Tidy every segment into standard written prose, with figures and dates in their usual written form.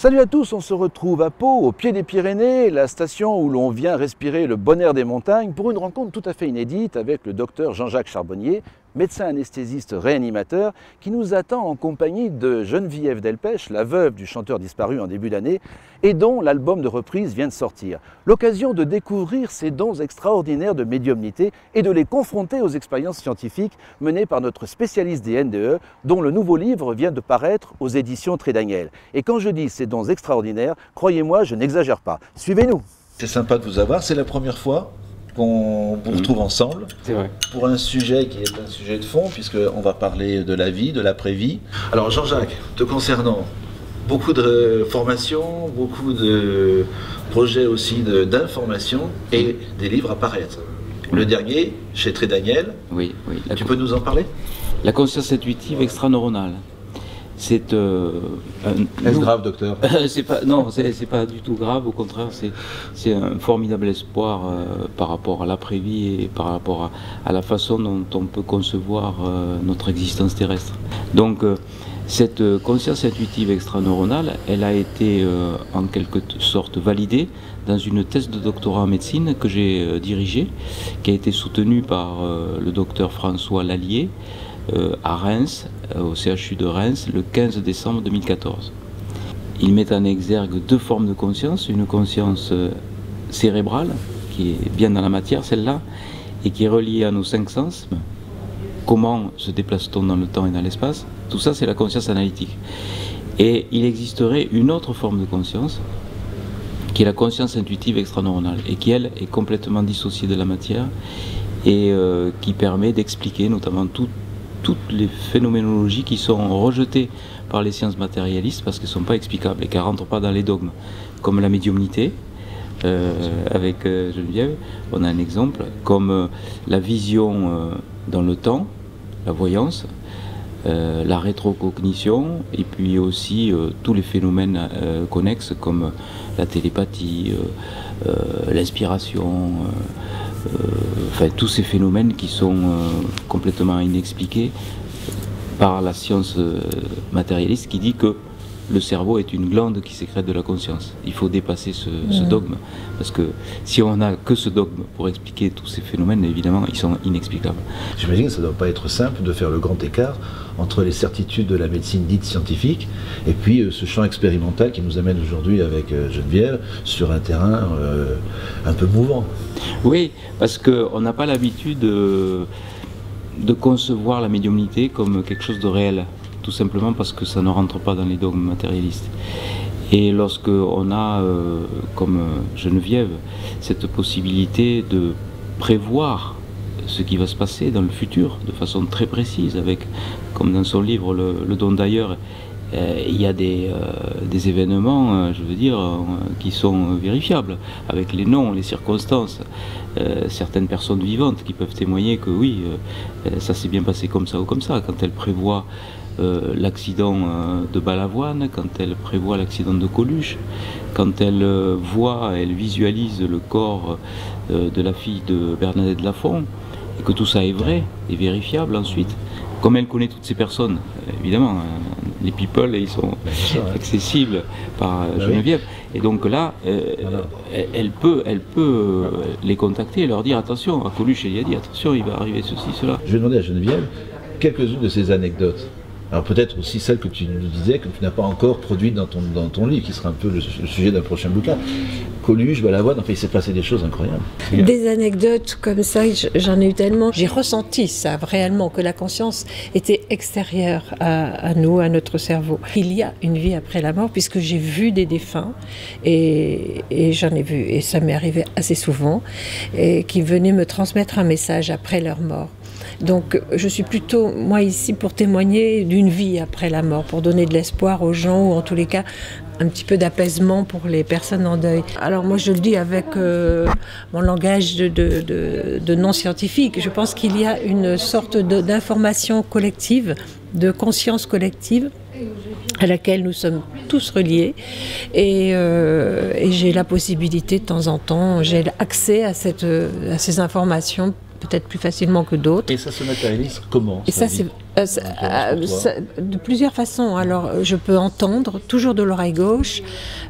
Salut à tous, on se retrouve à Pau, au pied des Pyrénées, la station où l'on vient respirer le bon air des montagnes pour une rencontre tout à fait inédite avec le docteur Jean-Jacques Charbonnier, médecin anesthésiste réanimateur, qui nous attend en compagnie de Geneviève Delpech, la veuve du chanteur disparu en début d'année, et dont l'album de reprise vient de sortir. L'occasion de découvrir ces dons extraordinaires de médiumnité et de les confronter aux expériences scientifiques menées par notre spécialiste des NDE, dont le nouveau livre vient de paraître aux éditions Trédaniel. Et quand je dis ces dons extraordinaires, croyez-moi, je n'exagère pas. Suivez-nous. C'est sympa de vous avoir, c'est la première fois qu'on vous retrouve ensemble pour un sujet qui est un sujet de fond, puisqu'on va parler de la vie, de l'après-vie. Alors Jean-Jacques, te concernant, beaucoup de formations, beaucoup de projets aussi d'information et des livres à paraître. Le dernier, chez Trédaniel, tu peux nous en parler? La conscience intuitive extraneuronale. C'est Est-ce grave, docteur? Non, c'est pas du tout grave, au contraire, c'est un formidable espoir par rapport à l'après-vie et par rapport à la façon dont on peut concevoir notre existence terrestre. Donc, cette conscience intuitive extraneuronale, elle a été en quelque sorte validée dans une thèse de doctorat en médecine que j'ai dirigée, qui a été soutenue par le docteur François Lallier, à Reims, au CHU de Reims, le 15 décembre 2014. Il met en exergue deux formes de conscience, une conscience cérébrale, qui est bien dans la matière, celle-là, et qui est reliée à nos cinq sens. Comment se déplace-t-on dans le temps et dans l'espace? Tout ça, c'est la conscience analytique. Et il existerait une autre forme de conscience, qui est la conscience intuitive extraneuronale, et qui, elle, est complètement dissociée de la matière, et qui permet d'expliquer notamment toutes les phénoménologies qui sont rejetées par les sciences matérialistes parce qu'elles ne sont pas explicables et qu'elles ne rentrent pas dans les dogmes, comme la médiumnité, avec Geneviève, on a un exemple, comme la vision dans le temps, la voyance, la rétrocognition, et puis aussi tous les phénomènes connexes comme la télépathie, l'inspiration, enfin tous ces phénomènes qui sont complètement inexpliqués par la science matérialiste qui dit que le cerveau est une glande qui sécrète de la conscience. Il faut dépasser ce dogme, parce que si on n'a que ce dogme pour expliquer tous ces phénomènes, évidemment, ils sont inexplicables. J'imagine que ça ne doit pas être simple de faire le grand écart entre les certitudes de la médecine dite scientifique et puis ce champ expérimental qui nous amène aujourd'hui avec Geneviève sur un terrain un peu mouvant. Oui, parce qu'on n'a pas l'habitude de concevoir la médiumnité comme quelque chose de réel, tout simplement parce que ça ne rentre pas dans les dogmes matérialistes. Et lorsque on a, comme Geneviève, cette possibilité de prévoir ce qui va se passer dans le futur de façon très précise, avec, comme dans son livre Le don d'ailleurs, il y a des événements, je veux dire, qui sont vérifiables, avec les noms, les circonstances, certaines personnes vivantes qui peuvent témoigner que oui, ça s'est bien passé comme ça ou comme ça, quand elles prévoient l'accident de Balavoine, quand elle prévoit l'accident de Coluche, quand elle elle visualise le corps de la fille de Bernadette Lafont, et que tout ça est vrai et vérifiable ensuite. Comme elle connaît toutes ces personnes, évidemment, les people, ils sont accessibles par Geneviève. Et donc là, elle peut les contacter et leur dire attention, à Coluche, elle y a dit attention, il va arriver ceci, cela. Je vais demander à Geneviève quelques-unes de ces anecdotes. Alors peut-être aussi celle que tu nous disais, que tu n'as pas encore produite dans ton livre, qui sera un peu le sujet d'un prochain bouquin. Coluche, Balavoine, enfin il s'est passé des choses incroyables. Des anecdotes comme ça, j'en ai eu tellement. J'ai ressenti ça réellement, que la conscience était extérieure à nous, à notre cerveau. Il y a une vie après la mort, puisque j'ai vu des défunts, et j'en ai vu, et ça m'est arrivé assez souvent, et qui venaient me transmettre un message après leur mort. Donc je suis plutôt, moi ici, pour témoigner d'une vie après la mort, pour donner de l'espoir aux gens, ou en tous les cas, un petit peu d'apaisement pour les personnes en deuil. Alors moi je le dis avec mon langage de non-scientifique, je pense qu'il y a une sorte d'information collective, de conscience collective, à laquelle nous sommes tous reliés, et j'ai la possibilité de temps en temps, j'ai accès à ces informations peut-être plus facilement que d'autres. Et ça se matérialise comment? Et ça, De plusieurs façons. Alors, je peux entendre, toujours de l'oreille gauche.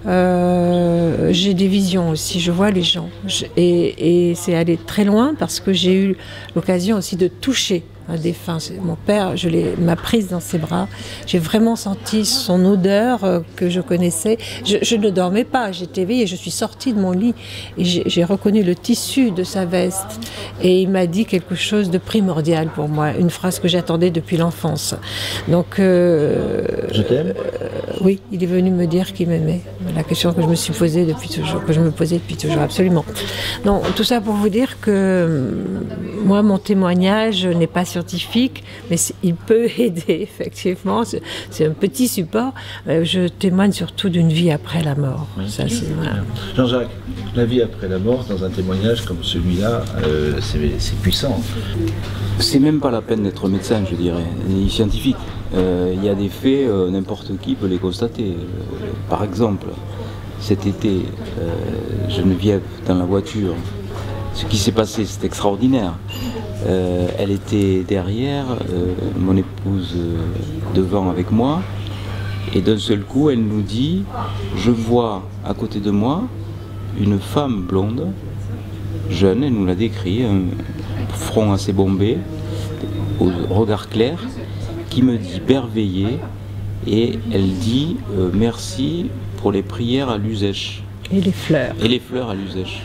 J'ai des visions aussi, je vois les gens. Et c'est aller très loin parce que j'ai eu l'occasion aussi de toucher un défunt. Mon père, m'a prise dans ses bras. J'ai vraiment senti son odeur que je connaissais. Je ne dormais pas, j'étais éveillée, je suis sortie de mon lit et j'ai reconnu le tissu de sa veste. Et il m'a dit quelque chose de primordial pour moi, une phrase que j'attendais depuis l'enfance. Donc, je t'aime. Oui, il est venu me dire qu'il m'aimait. La question que je me suis posée depuis toujours, que je me posais depuis toujours, absolument. Donc, tout ça pour vous dire que moi, mon témoignage n'est pas scientifique, mais il peut aider, effectivement. C'est un petit support. Je témoigne surtout d'une vie après la mort. Oui. Ça, voilà. Jean-Jacques, la vie après la mort, dans un témoignage comme celui-là, c'est puissant. C'est même pas la peine d'être médecin, je dirais, ni scientifique. Il y a des faits, n'importe qui peut les constater. Par exemple, cet été, Geneviève, dans la voiture, ce qui s'est passé, c'est extraordinaire. Elle était derrière, mon épouse devant avec moi, et d'un seul coup, elle nous dit, je vois à côté de moi une femme blonde, jeune, elle nous l'a décrit, un front assez bombé, au regard clair, qui me dit berveiller, et elle dit merci pour les prières à l'Uzèche. Et les fleurs. Et les fleurs à l'Uzèche.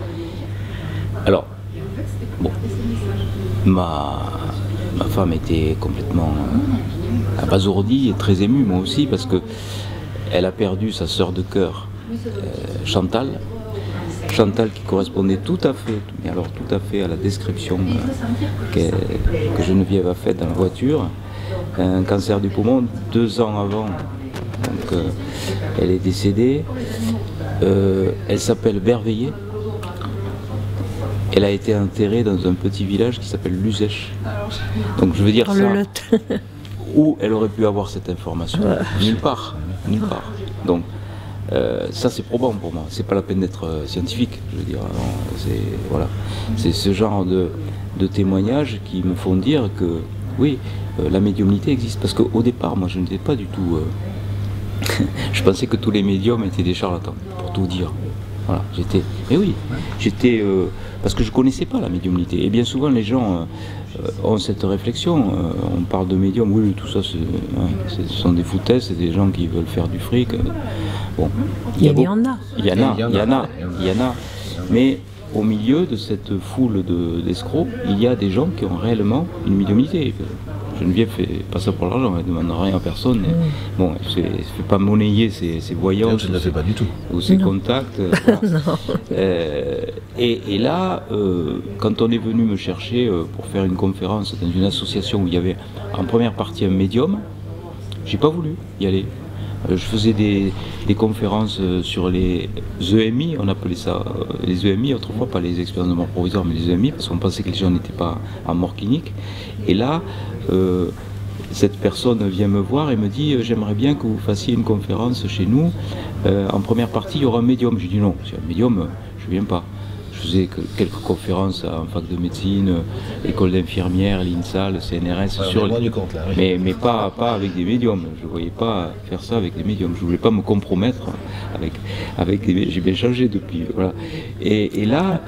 Alors, bon, ma femme était complètement abasourdie et très émue, moi aussi, parce que elle a perdu sa sœur de cœur, Chantal. Chantal qui correspondait tout à fait, mais alors tout à fait à la description que Geneviève a faite dans la voiture. Un cancer du poumon 2 ans avant, donc elle est décédée. Elle s'appelle Berveiller. Elle a été enterrée dans un petit village qui s'appelle Luzèche. Donc je veux dire ça. Où elle aurait pu avoir cette information? Nulle part, nulle part. Donc ça c'est probant pour moi. C'est pas la peine d'être scientifique. Je veux dire, voilà. C'est ce genre de témoignages qui me font dire que oui, la médiumnité existe. Parce qu'au départ, moi je n'étais pas du tout. Je pensais que tous les médiums étaient des charlatans, pour tout dire. Voilà, mais oui, parce que je ne connaissais pas la médiumnité. Et bien souvent, les gens ont cette réflexion. On parle de médium, oui, tout ça, ce sont des foutaises, c'est des gens qui veulent faire du fric. Bon, il y en a. Il y en a. Mais au milieu de cette foule d'escrocs, il y a des gens qui ont réellement une médiumnité. Geneviève ne fait pas ça pour l'argent, elle ne demande rien à personne. Bon, elle ne fait pas monnayer ses voyants. Je ne le fais pas du tout. Ou ses contacts. Et là, quand on est venu me chercher pour faire une conférence dans une association où il y avait en première partie un médium, j'ai pas voulu y aller. Je faisais des conférences sur les EMI, on appelait ça les EMI autrefois, pas les expériences de mort provisoire, mais les EMI, parce qu'on pensait que les gens n'étaient pas en mort clinique. Et là, cette personne vient me voir et me dit j'aimerais bien que vous fassiez une conférence chez nous. En première partie, il y aura un médium. J'ai dit non, c'est un médium, je ne viens pas. Je faisais quelques conférences en fac de médecine, école d'infirmière, l'INSA, le CNRS, compte, là, oui. mais pas avec des médiums. Je ne voyais pas faire ça avec des médiums. Je ne voulais pas me compromettre avec des médiums. J'ai bien changé depuis. Voilà. Et là,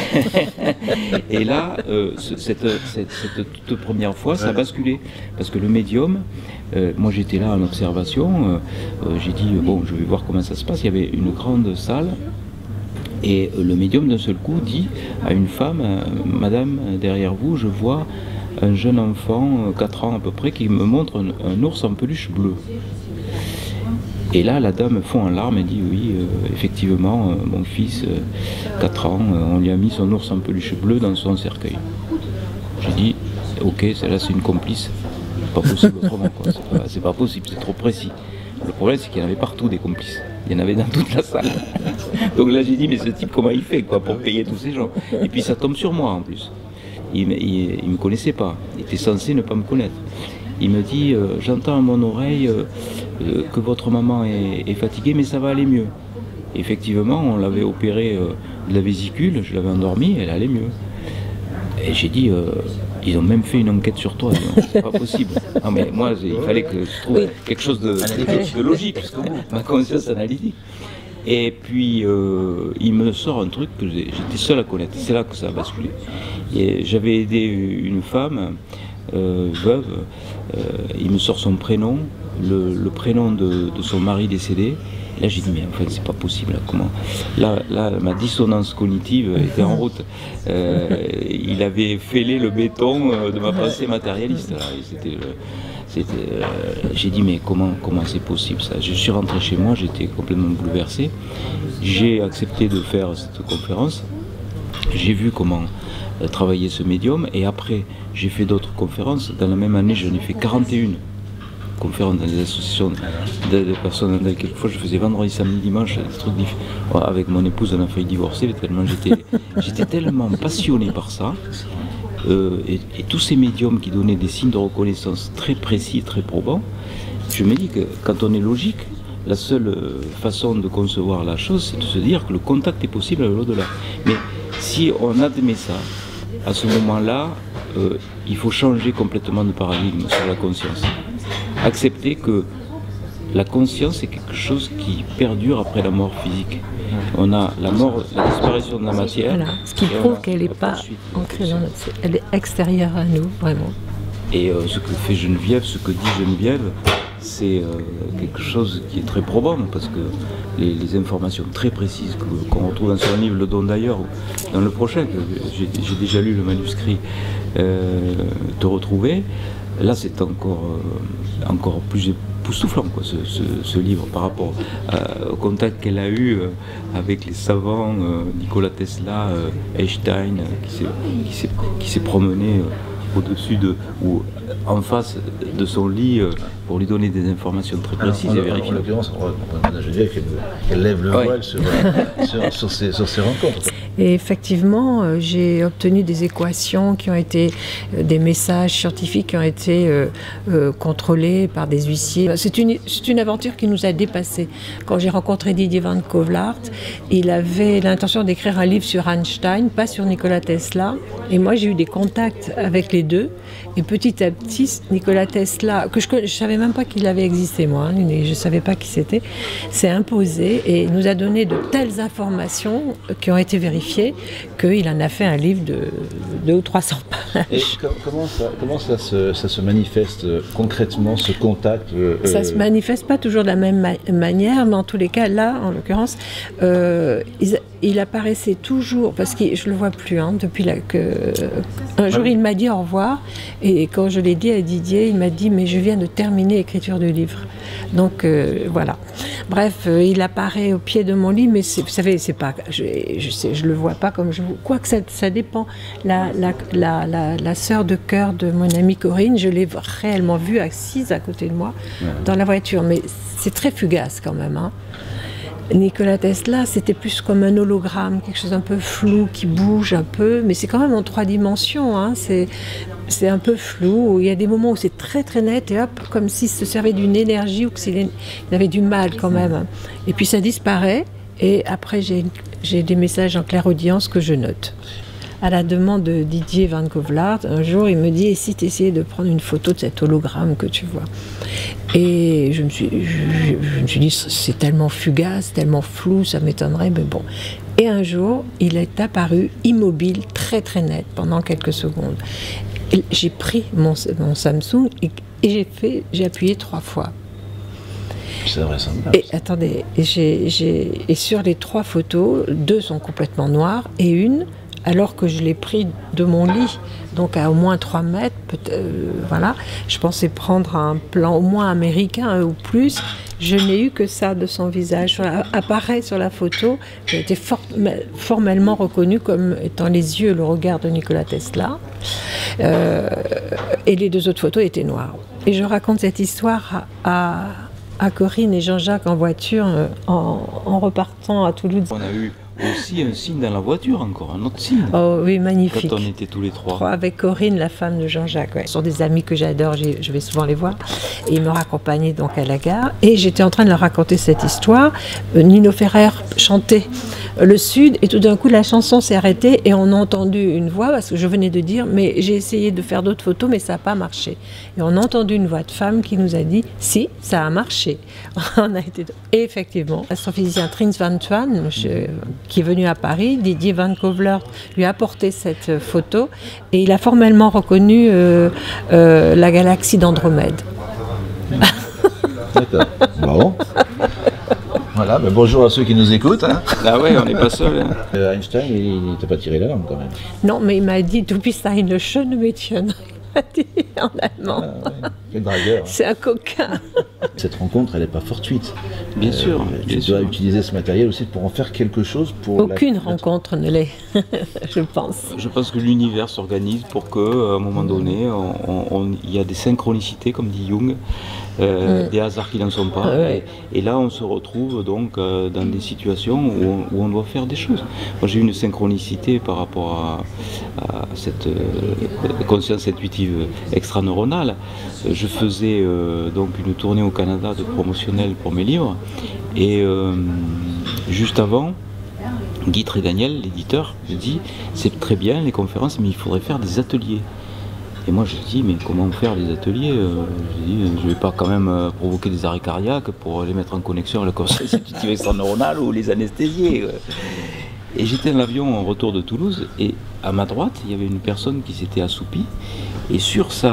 cette toute première fois, ça a basculé. Parce que le médium, moi j'étais là en observation, j'ai dit bon, je vais voir comment ça se passe. Il y avait une grande salle. Et le médium d'un seul coup dit à une femme, madame, derrière vous, je vois un jeune enfant, 4 ans à peu près, qui me montre un ours en peluche bleue. Et là, la dame fond en larmes et dit oui, effectivement, mon fils, 4 ans, on lui a mis son ours en peluche bleue dans son cercueil. J'ai dit, ok, celle-là c'est une complice, c'est pas possible autrement, quoi. C'est pas possible, c'est trop précis. Le problème, c'est qu'il y en avait partout des complices. Il y en avait dans toute la salle. Donc là, j'ai dit, mais ce type, comment il fait quoi, pour payer tous ces gens? Et puis ça tombe sur moi en plus. Il ne me connaissait pas. Il était censé ne pas me connaître. Il me dit, j'entends à mon oreille que votre maman est fatiguée, mais ça va aller mieux. Et effectivement, on l'avait opéré de la vésicule, je l'avais endormie, elle allait mieux. Et j'ai dit, Ils ont même fait une enquête sur toi. C'est pas possible. Non, mais moi, il fallait que je trouve quelque chose de logique jusqu'au bout. Ma conscience analytique. Et puis, il me sort un truc que j'étais seul à connaître. C'est là que ça a basculé. J'avais aidé une femme, veuve. Il me sort son prénom, le prénom de son mari décédé. Là, j'ai dit, mais enfin, c'est pas possible. Là, comment là, ma dissonance cognitive était en route. Il avait fêlé le béton de ma pensée matérialiste. J'ai dit, mais comment c'est possible ça? Je suis rentré chez moi, j'étais complètement bouleversé. J'ai accepté de faire cette conférence. J'ai vu comment travailler ce médium. Et après, j'ai fait d'autres conférences. Dans la même année, j'en ai fait 41. Conférences dans des associations de personnes. Quelquefois, je faisais vendredi, samedi, dimanche, des trucs différents. Avec mon épouse, on a failli divorcer tellement j'étais tellement passionné par ça. Et tous ces médiums qui donnaient des signes de reconnaissance très précis, très probants, je me dis que quand on est logique, la seule façon de concevoir la chose, c'est de se dire que le contact est possible avec l'au-delà. Mais si on admet ça, à ce moment-là, il faut changer complètement de paradigme sur la conscience. Accepter que la conscience est quelque chose qui perdure après la mort physique. On a la mort, la disparition de la matière. Voilà. Ce qui prouve qu'elle n'est pas ancrée dans notre... Elle est extérieure à nous, vraiment. Et ce que fait Geneviève, ce que dit Geneviève, c'est quelque chose qui est très probant, parce que les informations très précises qu'on retrouve dans son livre, Le Don d'ailleurs, ou dans le prochain, que j'ai déjà lu le manuscrit, Te retrouver, là c'est encore plus époustouflant, quoi, ce livre, par rapport au contact qu'elle a eu avec les savants, Nikola Tesla, Einstein, qui s'est promené au-dessus ou en face de son lit pour lui donner des informations très précises et vérifiées. En l'occurrence, on a Geneviève qu'elle lève le voile sur ces rencontres. Et effectivement, j'ai obtenu des équations qui ont été des messages scientifiques qui ont été contrôlés par des huissiers. C'est une aventure qui nous a dépassés. Quand j'ai rencontré Didier Van Kovlart, il avait l'intention d'écrire un livre sur Einstein, pas sur Nikola Tesla. Et moi, j'ai eu des contacts avec les deux. Et petit à petit, Nikola Tesla, que je ne savais même pas qu'il avait existé, moi, hein, je ne savais pas qui c'était, s'est imposé et nous a donné de telles informations qui ont été vérifiées qu'il en a fait un livre de 200 ou 300 pages. Et comment ça se manifeste concrètement, ce contact Ça ne se manifeste pas toujours de la même manière, mais en tous les cas, là, en l'occurrence, il apparaissait toujours, parce que je ne le vois plus, hein, depuis un jour il m'a dit au revoir, et quand je l'ai dit à Didier, il m'a dit mais je viens de terminer l'écriture du livre. Donc voilà. Bref, il apparaît au pied de mon lit, mais vous savez, c'est pas, je le vois pas comme je vous. Quoique ça dépend. La sœur de cœur de mon amie Corinne, je l'ai réellement vue assise à côté de moi dans la voiture, mais c'est très fugace quand même, hein. Nikola Tesla, c'était plus comme un hologramme, quelque chose un peu flou, qui bouge un peu, mais c'est quand même en 3 dimensions, hein. C'est un peu flou, il y a des moments où c'est très très net, et hop, comme s'il se servait d'une énergie, ou qu'il avait du mal quand même. Et puis ça disparaît, et après j'ai des messages en clairaudience que je note. À la demande de Didier Van Kovlart, un jour il me dit « Et si tu essayais de prendre une photo de cet hologramme que tu vois ?» Et je me suis dit « C'est tellement fugace, tellement flou, ça m'étonnerait, mais bon. » Et un jour, il est apparu immobile, très très net, pendant quelques secondes. J'ai pris mon Samsung et j'ai appuyé 3 fois. C'est invraisemblable. Et attendez, et sur les 3 photos, 2 sont complètement noires et une, alors que je l'ai pris de mon lit, donc à au moins 3 mètres, voilà, je pensais prendre un plan au moins américain ou plus, je n'ai eu que ça de son visage. Apparaît sur la photo, j'ai été formellement reconnue comme étant les yeux et le regard de Nikola Tesla, et les 2 autres photos étaient noires. Et je raconte cette histoire à Corinne et Jean-Jacques en voiture en repartant à Toulouse. aussi un signe dans la voiture, encore un autre signe. Oh oui, magnifique. Quand on était tous les trois. Avec Corinne, la femme de Jean-Jacques. Ouais. Ce sont des amis que j'adore, je vais souvent les voir. Et ils me raccompagnaient donc à la gare. Et j'étais en train de leur raconter cette histoire. Nino Ferrer chantait Le Sud, et tout d'un coup la chanson s'est arrêtée et on a entendu une voix, parce que je venais de dire, mais j'ai essayé de faire d'autres photos, mais ça n'a pas marché. Et on a entendu une voix de femme qui nous a dit, si, ça a marché. On a été... Et effectivement, l'astrophysicien Trins van Tuan, qui est venu à Paris, Didier Van Kovler lui a apporté cette photo et il a formellement reconnu la galaxie d'Andromède. D'accord. Bon. Voilà, ben bonjour à ceux qui nous écoutent. Hein. Ah ouais, on n'est pas seul. Hein. Einstein, il t'a pas tiré la langue quand même. Non, mais il m'a dit, du bist eine schöne Mädchen. Il m'a dit en allemand. Ah, ouais. Quel dragueur. Hein. C'est un coquin. Cette rencontre, elle n'est pas fortuite. Bien sûr. Tu dois utiliser ce matériel aussi pour en faire quelque chose. Pour aucune rencontre ne l'est, je pense. Je pense que l'univers s'organise pour qu'à un moment donné, il y a des synchronicités, comme dit Jung, des hasards qui n'en sont pas. Ouais. Et là, on se retrouve donc dans des situations où on doit faire des choses. Moi, j'ai eu une synchronicité par rapport à cette conscience intuitive extraneuronale. Je faisais donc une tournée au Canada de promotionnel pour mes livres. Et juste avant, Guy Trédaniel, l'éditeur, me dit « C'est très bien les conférences, mais il faudrait faire des ateliers ». Et moi je dis, mais comment faire les ateliers? Je dis, je ne vais pas quand même provoquer des arrêts cardiaques pour les mettre en connexion avec la conscience intuitive extraneuronale ou les anesthésier. Et j'étais dans l'avion en retour de Toulouse et à ma droite, il y avait une personne qui s'était assoupie et sur ses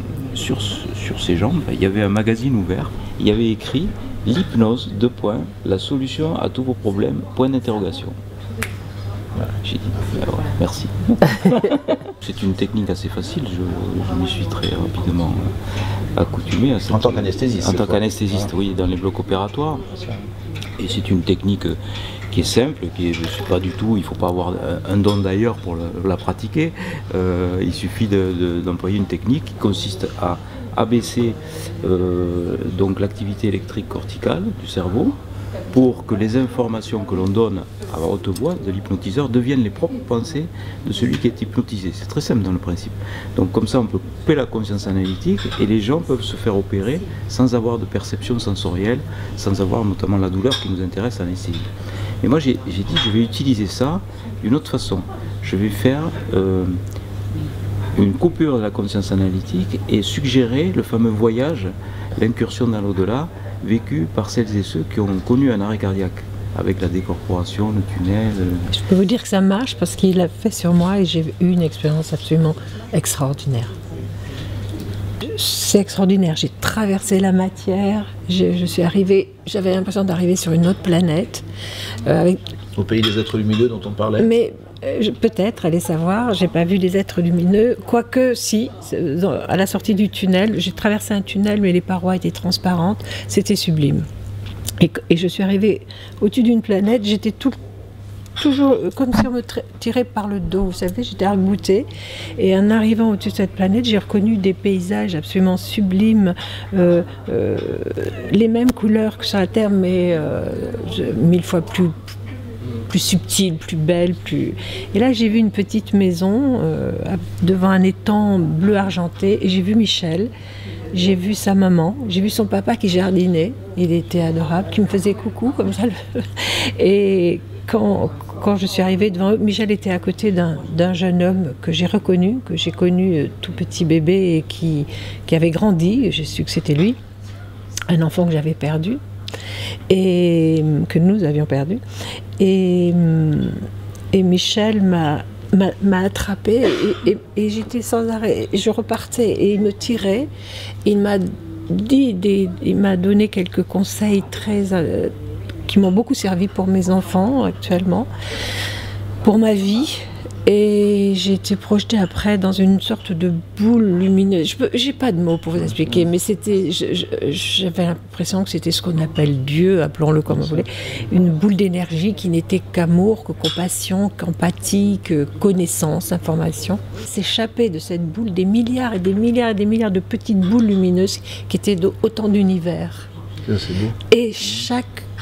jambes, il y avait un magazine ouvert. Il y avait écrit « L'hypnose, la solution à tous vos problèmes, point d'interrogation ». Voilà, j'ai dit, ouais, merci. C'est une technique assez facile, je m'y suis très rapidement accoutumé à cette... En tant qu'anesthésiste. En tant qu'anesthésiste, oui, dans les blocs opératoires. Et c'est une technique qui est simple, je suis pas du tout, il ne faut pas avoir un don d'ailleurs pour la pratiquer. Il suffit d'employer une technique qui consiste à abaisser donc l'activité électrique corticale du cerveau, pour que les informations que l'on donne à haute voix de l'hypnotiseur deviennent les propres pensées de celui qui est hypnotisé. C'est très simple dans le principe. Donc comme ça on peut couper la conscience analytique et les gens peuvent se faire opérer sans avoir de perception sensorielle, sans avoir notamment la douleur qui nous intéresse à l'anesthésie. Et moi j'ai dit je vais utiliser ça d'une autre façon. Je vais faire une coupure de la conscience analytique et suggérer le fameux voyage, l'incursion dans l'au-delà, vécu par celles et ceux qui ont connu un arrêt cardiaque, avec la décorporation, le tunnel. Je peux vous dire que ça marche parce qu'il l'a fait sur moi et j'ai eu une expérience absolument extraordinaire. C'est extraordinaire, j'ai traversé la matière, je suis arrivée, j'avais l'impression d'arriver sur une autre planète. Au pays des êtres lumineux dont on parlait. Mais peut-être, allez savoir, j'ai pas vu des êtres lumineux, quoique si, à la sortie du tunnel, j'ai traversé un tunnel mais les parois étaient transparentes, c'était sublime. Et je suis arrivée au-dessus d'une planète, j'étais toujours comme si on me tirait par le dos, vous savez, j'étais arc-boutée. Et en arrivant au-dessus de cette planète, j'ai reconnu des paysages absolument sublimes, les mêmes couleurs que sur la Terre, mais 1000 fois plus subtile, plus belle, plus... Et là, j'ai vu une petite maison devant un étang bleu argenté et j'ai vu Michel, j'ai vu sa maman, j'ai vu son papa qui jardinait, il était adorable, qui me faisait coucou comme ça. Et quand je suis arrivée devant eux, Michel était à côté d'un jeune homme que j'ai reconnu, que j'ai connu tout petit bébé et qui avait grandi, j'ai su que c'était lui, un enfant que j'avais perdu. Et que nous avions perdu. Et Michel m'a attrapée et j'étais sans arrêt. Je repartais et il me tirait. Il m'a donné quelques conseils qui m'ont beaucoup servi pour mes enfants actuellement, pour ma vie. Et j'ai été projetée après dans une sorte de boule lumineuse. J'ai pas de mots pour vous expliquer, mais j'avais l'impression que c'était ce qu'on appelle Dieu, appelons-le comme vous voulez, une boule d'énergie qui n'était qu'amour, que compassion, qu'empathie, que connaissance, information. S'échappaient de cette boule des milliards et des milliards et des milliards de petites boules lumineuses qui étaient autant d'univers. C'est beau. Et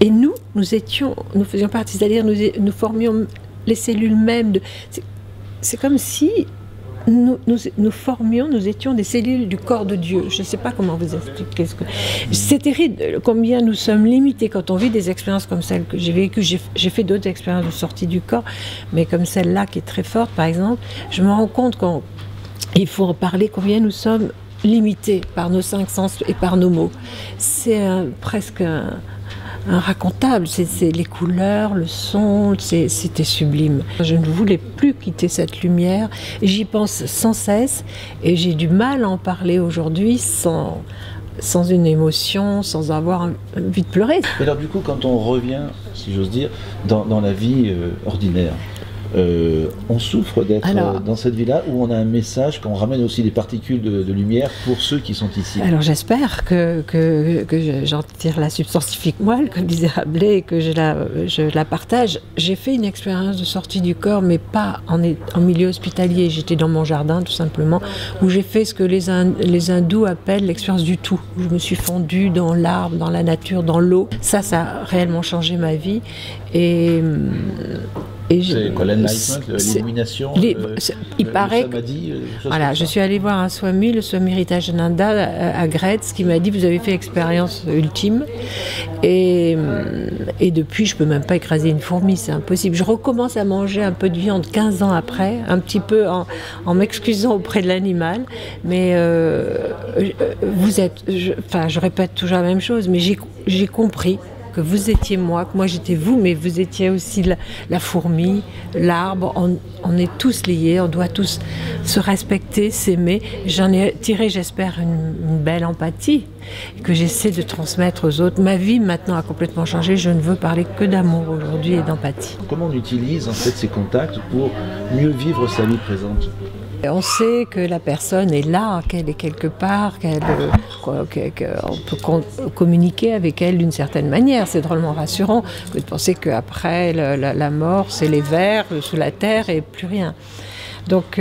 Et nous faisions partie, c'est-à-dire nous formions les cellules mêmes. C'est comme si nous formions, nous étions des cellules du corps de Dieu. Je ne sais pas comment vous expliquer ce que... C'est terrible combien nous sommes limités quand on vit des expériences comme celle que j'ai vécues. J'ai fait d'autres expériences de sortie du corps, mais comme celle-là qui est très forte, par exemple, je me rends compte qu'il faut en parler, combien nous sommes limités par nos 5 sens et par nos mots. C'est presque inracontable, c'est les couleurs, le son, c'était sublime. Je ne voulais plus quitter cette lumière, j'y pense sans cesse et j'ai du mal à en parler aujourd'hui sans une émotion, sans avoir envie de pleurer. Et alors du coup, quand on revient, si j'ose dire, dans la vie ordinaire, on souffre d'être dans cette vie-là où on a un message, qu'on ramène aussi des particules de lumière pour ceux qui sont ici. Alors j'espère que j'en tire la substantifique moelle, comme disait Rabelais, et que je la partage. J'ai fait une expérience de sortie du corps, mais pas en milieu hospitalier. J'étais dans mon jardin, tout simplement, où j'ai fait ce que les hindous appellent l'expérience du tout. Où je me suis fondue dans l'arbre, dans la nature, dans l'eau. Ça a réellement changé ma vie. C'est quoi l'enlightenment, l'illumination, il paraît samadhi, voilà, je suis allée voir un swami, le swami Ritajananda à Gretz, qui m'a dit vous avez fait l'expérience ultime et depuis je peux même pas écraser une fourmi, c'est impossible. Je recommence à manger un peu de viande 15 ans après, un petit peu en m'excusant auprès de l'animal, mais je répète toujours la même chose, mais j'ai compris que vous étiez moi, que moi j'étais vous, mais vous étiez aussi la fourmi, l'arbre, on est tous liés, on doit tous se respecter, s'aimer. J'en ai tiré, j'espère, une belle empathie que j'essaie de transmettre aux autres. Ma vie maintenant a complètement changé, je ne veux parler que d'amour aujourd'hui et d'empathie. Comment on utilise en fait ces contacts pour mieux vivre sa vie présente ? On sait que la personne est là, qu'elle est quelque part, qu'on peut communiquer avec elle d'une certaine manière. C'est drôlement rassurant que de penser qu'après la mort, c'est les vers sous la terre et plus rien. Donc,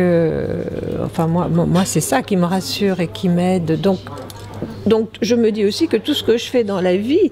moi c'est ça qui me rassure et qui m'aide. Donc je me dis aussi que tout ce que je fais dans la vie,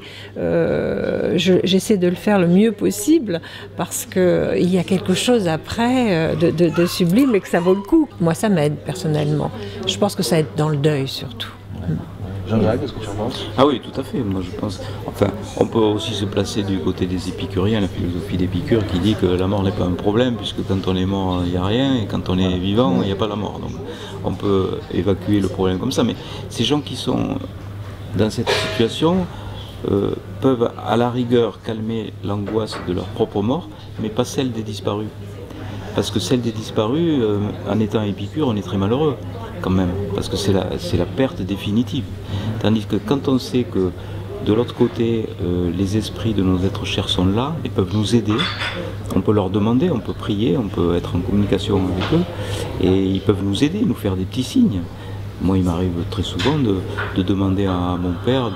j'essaie de le faire le mieux possible parce qu'il y a quelque chose après de sublime et que ça vaut le coup. Moi ça m'aide personnellement. Je pense que ça aide dans le deuil surtout. Jean-Jacques, qu'est-ce que tu en penses ? Ah oui, tout à fait. Moi, je pense. Enfin, on peut aussi se placer du côté des épicuriens, la philosophie d'Épicure qui dit que la mort n'est pas un problème, puisque quand on est mort, il n'y a rien, et quand on est vivant, il n'y a pas la mort. Donc, on peut évacuer le problème comme ça. Mais ces gens qui sont dans cette situation peuvent, à la rigueur, calmer l'angoisse de leur propre mort, mais pas celle des disparus. Parce que celle des disparus, en étant Épicure, on est très malheureux. Quand même, parce que c'est la perte définitive. Tandis que quand on sait que de l'autre côté, les esprits de nos êtres chers sont là et peuvent nous aider, on peut leur demander, on peut prier, on peut être en communication avec eux, et ils peuvent nous aider, nous faire des petits signes. Moi, il m'arrive très souvent de demander à mon père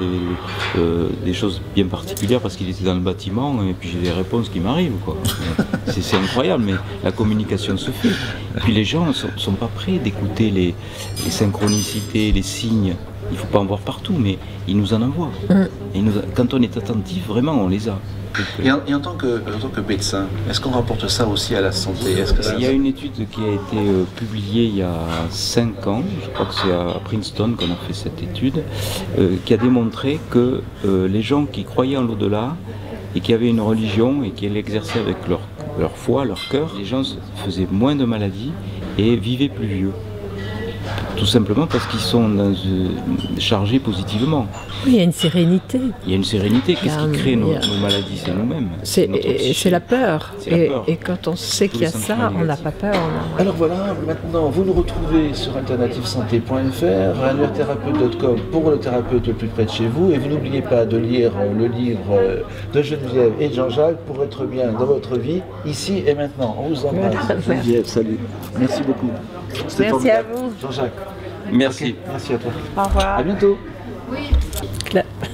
des choses bien particulières parce qu'il était dans le bâtiment et puis j'ai des réponses qui m'arrivent, quoi. C'est incroyable, mais la communication se fait. Et puis les gens ne sont pas prêts d'écouter les synchronicités, les signes. Il ne faut pas en voir partout, mais ils nous en envoient. Et quand on est attentif, vraiment, on les a. Et en tant que médecin, est-ce qu'on rapporte ça aussi à la santé ? Il y a une étude qui a été publiée il y a 5 ans, je crois que c'est à Princeton qu'on a fait cette étude, qui a démontré que les gens qui croyaient en l'au-delà et qui avaient une religion et qui l'exerçaient avec leur foi, leur cœur, les gens faisaient moins de maladies et vivaient plus vieux. Tout simplement parce qu'ils sont chargés positivement. Oui, il y a une sérénité. Il y a une sérénité. Qu'est-ce qui crée nos maladies? C'est nous-mêmes. C'est la peur. Et quand on sait qu'il y a ça, on n'a pas peur. Alors voilà, maintenant, vous nous retrouvez sur alternativesanté.fr, annuairthérapeute.com pour le thérapeute le plus près de chez vous. Et vous n'oubliez pas de lire le livre de Geneviève et de Jean-Jacques pour être bien dans votre vie, ici et maintenant. On vous embrasse. Geneviève, salut. Merci beaucoup. Merci à vous. Jean-Jacques. Merci. Okay, merci à toi. Au revoir. À bientôt. Oui.